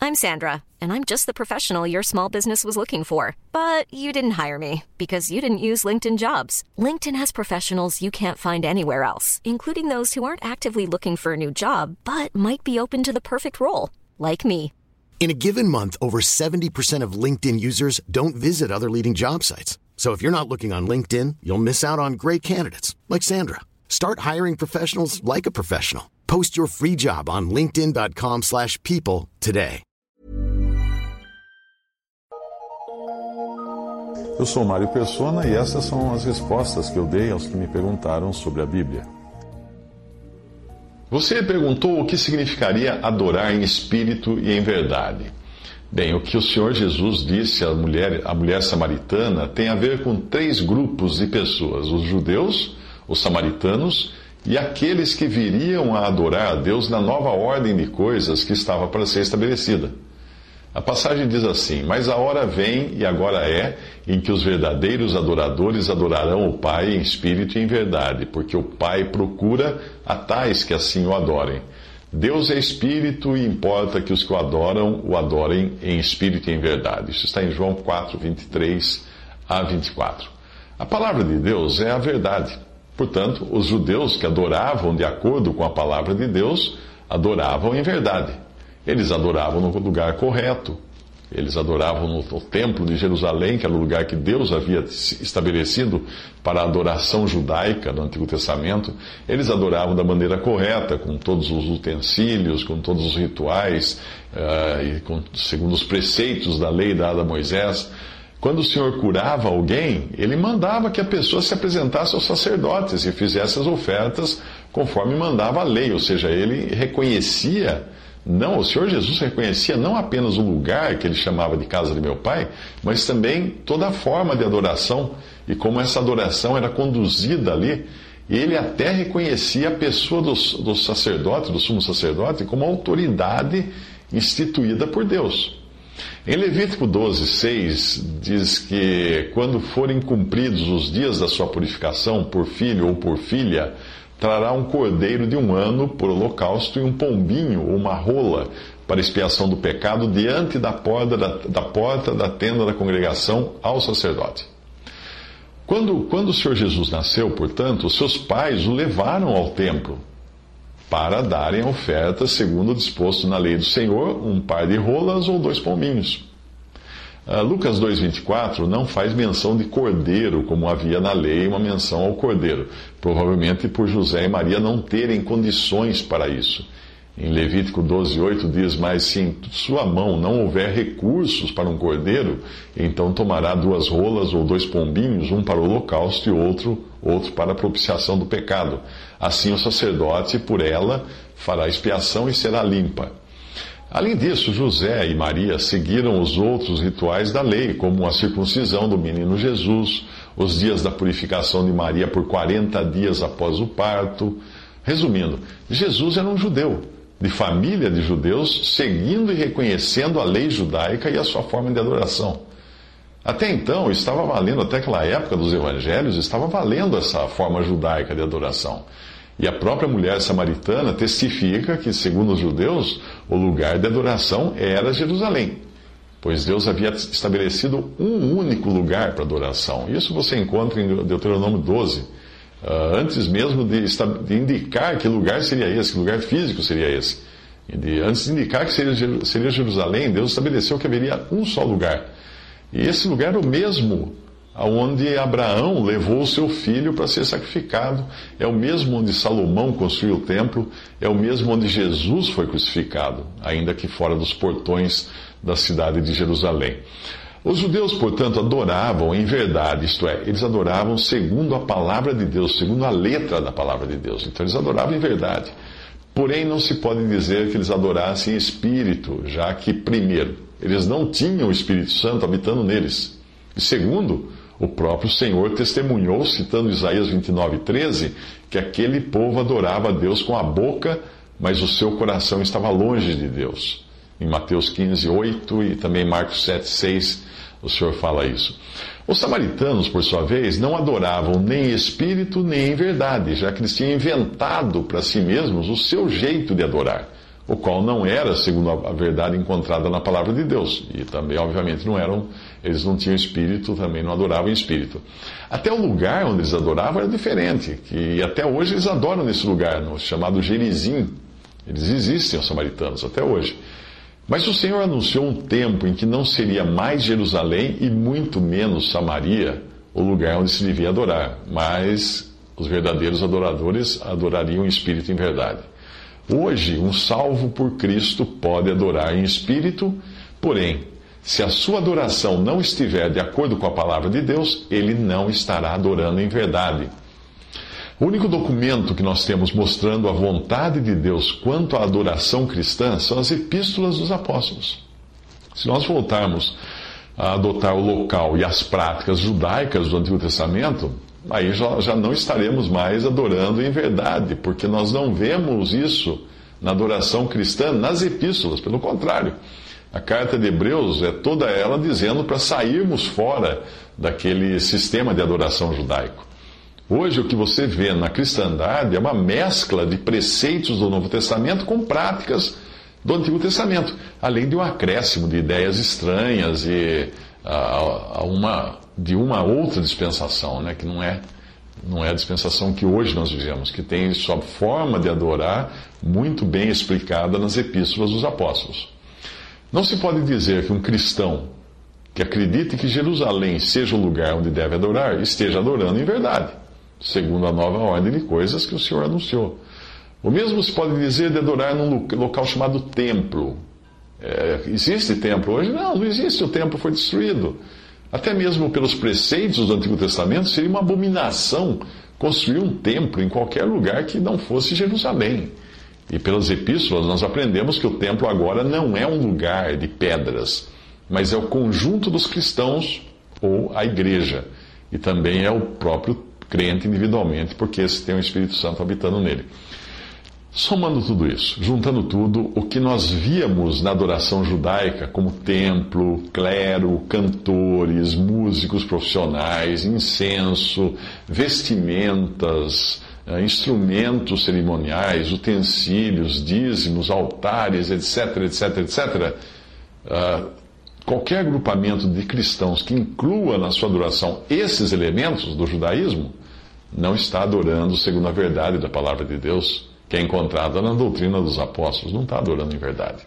I'm Sandra, and I'm just the professional your small business was looking for. But you didn't hire me because you didn't use LinkedIn Jobs. LinkedIn has professionals you can't find anywhere else, including those who aren't actively looking for a new job, but might be open to the perfect role, like me. In a given month, over 70% of LinkedIn users don't visit other leading job sites. So if you're not looking on LinkedIn, you'll miss out on great candidates like Sandra. Start hiring professionals like a professional. Post your free job on linkedin.com/people today. Eu sou Mário Persona e essas são as respostas que eu dei aos que me perguntaram sobre a Bíblia. Você perguntou o que significaria adorar em espírito e em verdade. Bem, o que o Senhor Jesus disse à mulher samaritana tem a ver com 3 grupos de pessoas: os judeus, os samaritanos e aqueles que viriam a adorar a Deus na nova ordem de coisas que estava para ser estabelecida. A passagem diz assim: mas a hora vem, e agora é, em que os verdadeiros adoradores adorarão o Pai em espírito e em verdade, porque o Pai procura a tais que assim o adorem. Deus é espírito e importa que os que o adorem em espírito e em verdade. Isso está em João 4, 23 a 24. A palavra de Deus é a verdade. Portanto, os judeus que adoravam de acordo com a palavra de Deus, adoravam em verdade. Eles adoravam no lugar correto. Eles adoravam no templo de Jerusalém, que era o lugar que Deus havia estabelecido para a adoração judaica no Antigo Testamento. Eles adoravam da maneira correta, com todos os utensílios, com todos os rituais, segundo os preceitos da lei dada a Moisés. Quando o Senhor curava alguém, Ele mandava que a pessoa se apresentasse aos sacerdotes e fizesse as ofertas conforme mandava a lei. Ou seja, Ele reconhecia... Não, o Senhor Jesus reconhecia não apenas o lugar que ele chamava de casa de meu Pai, mas também toda a forma de adoração e como essa adoração era conduzida ali. E ele até reconhecia a pessoa do sacerdote, do sumo sacerdote, como autoridade instituída por Deus. Em Levítico 12, 6, diz que quando forem cumpridos os dias da sua purificação por filho ou por filha, trará um cordeiro de 1 ano por holocausto e um pombinho ou uma rola para expiação do pecado diante da porta da tenda da congregação ao sacerdote. Quando o Senhor Jesus nasceu, portanto, os seus pais o levaram ao templo para darem a oferta segundo o disposto na lei do Senhor, um par de rolas ou 2 pombinhos. Lucas 2,24 não faz menção de cordeiro, como havia na lei uma menção ao cordeiro, provavelmente por José e Maria não terem condições para isso. Em Levítico 12,8 diz: mas se em sua mão não houver recursos para um cordeiro, então tomará 2 rolas ou 2 pombinhos, um para o holocausto e outro para a propiciação do pecado. Assim o sacerdote, por ela, fará expiação e será limpa. Além disso, José e Maria seguiram os outros rituais da lei, como a circuncisão do menino Jesus, os dias da purificação de Maria por 40 dias após o parto. Resumindo, Jesus era um judeu, de família de judeus, seguindo e reconhecendo a lei judaica e a sua forma de adoração. Até então, estava valendo, até aquela época dos evangelhos, estava valendo essa forma judaica de adoração. E a própria mulher samaritana testifica que, segundo os judeus, o lugar de adoração era Jerusalém, pois Deus havia estabelecido um único lugar para adoração. Isso você encontra em Deuteronômio 12, antes mesmo de indicar que lugar seria esse, que lugar físico seria esse. Antes de indicar que seria Jerusalém, Deus estabeleceu que haveria um só lugar. E esse lugar era o mesmo onde Abraão levou o seu filho para ser sacrificado, é o mesmo onde Salomão construiu o templo, é o mesmo onde Jesus foi crucificado, ainda que fora dos portões da cidade de Jerusalém. Os judeus, portanto, adoravam em verdade, isto é, eles adoravam segundo a palavra de Deus, segundo a letra da palavra de Deus. Então eles adoravam em verdade. Porém, não se pode dizer que eles adorassem em espírito, já que, primeiro, eles não tinham o Espírito Santo habitando neles. E segundo, o próprio Senhor testemunhou, citando Isaías 29:13, que aquele povo adorava a Deus com a boca, mas o seu coração estava longe de Deus. Em Mateus 15:8 e também Marcos 7:6, o Senhor fala isso. Os samaritanos, por sua vez, não adoravam nem em espírito nem em verdade, já que eles tinham inventado para si mesmos o seu jeito de adorar, o qual não era segundo a verdade encontrada na palavra de Deus. E também, obviamente, eles não tinham espírito, também não adoravam em espírito. Até o lugar onde eles adoravam era diferente, que até hoje eles adoram nesse lugar, chamado Gerizim. Eles existem, os samaritanos, até hoje. Mas o Senhor anunciou um tempo em que não seria mais Jerusalém e muito menos Samaria o lugar onde se devia adorar, mas os verdadeiros adoradores adorariam em espírito e em verdade. Hoje, um salvo por Cristo pode adorar em espírito, porém, se a sua adoração não estiver de acordo com a palavra de Deus, ele não estará adorando em verdade. O único documento que nós temos mostrando a vontade de Deus quanto à adoração cristã são as epístolas dos apóstolos. Se nós voltarmos a adotar o local e as práticas judaicas do Antigo Testamento, aí já não estaremos mais adorando em verdade, porque nós não vemos isso na adoração cristã nas epístolas, pelo contrário. A carta de Hebreus é toda ela dizendo para sairmos fora daquele sistema de adoração judaico. Hoje o que você vê na cristandade é uma mescla de preceitos do Novo Testamento com práticas do Antigo Testamento, além de um acréscimo de ideias estranhas e de uma outra dispensação, né, que não é a dispensação que hoje nós vivemos, que tem sua forma de adorar muito bem explicada nas epístolas dos apóstolos. Não se pode dizer que um cristão que acredite que Jerusalém seja o lugar onde deve adorar esteja adorando em verdade, segundo a nova ordem de coisas que o Senhor anunciou. O mesmo se pode dizer de adorar num local chamado templo. Existe templo hoje? Não existe, o templo foi destruído. Até mesmo pelos preceitos do Antigo Testamento, seria uma abominação construir um templo em qualquer lugar que não fosse Jerusalém. E pelas epístolas nós aprendemos que o templo agora não é um lugar de pedras, mas é o conjunto dos cristãos ou a igreja. E também é o próprio crente individualmente, porque esse tem o Espírito Santo habitando nele. Somando tudo isso, juntando tudo, o que nós víamos na adoração judaica como templo, clero, cantores, músicos profissionais, incenso, vestimentas, instrumentos cerimoniais, utensílios, dízimos, altares, etc, etc, etc. Qualquer agrupamento de cristãos que inclua na sua adoração esses elementos do judaísmo não está adorando segundo a verdade da palavra de Deus, que é encontrada na doutrina dos apóstolos, não está adorando em verdade.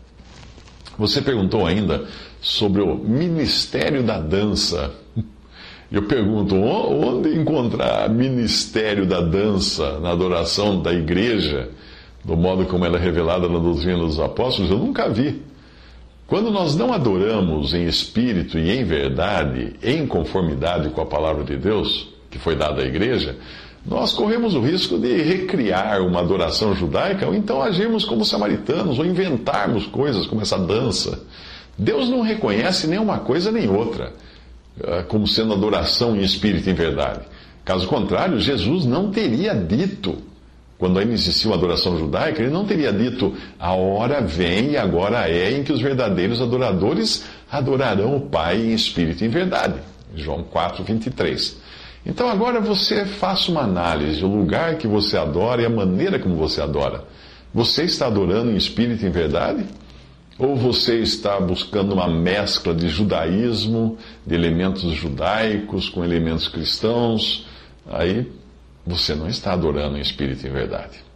Você perguntou ainda sobre o ministério da dança. Eu pergunto, onde encontrar ministério da dança na adoração da igreja, do modo como ela é revelada na doutrina dos apóstolos? Eu nunca vi. Quando nós não adoramos em espírito e em verdade, em conformidade com a palavra de Deus, que foi dada à igreja, nós corremos o risco de recriar uma adoração judaica, ou então agirmos como samaritanos, ou inventarmos coisas como essa dança. Deus não reconhece nem uma coisa nem outra como sendo adoração em espírito e em verdade. Caso contrário, Jesus não teria dito, quando ainda existia uma adoração judaica, ele não teria dito: a hora vem e agora é em que os verdadeiros adoradores adorarão o Pai em espírito e em verdade. João 4, 23. Então agora você faça uma análise, o lugar que você adora e a maneira como você adora. Você está adorando em espírito e em verdade? Ou você está buscando uma mescla de judaísmo, de elementos judaicos com elementos cristãos? Aí você não está adorando em espírito e em verdade.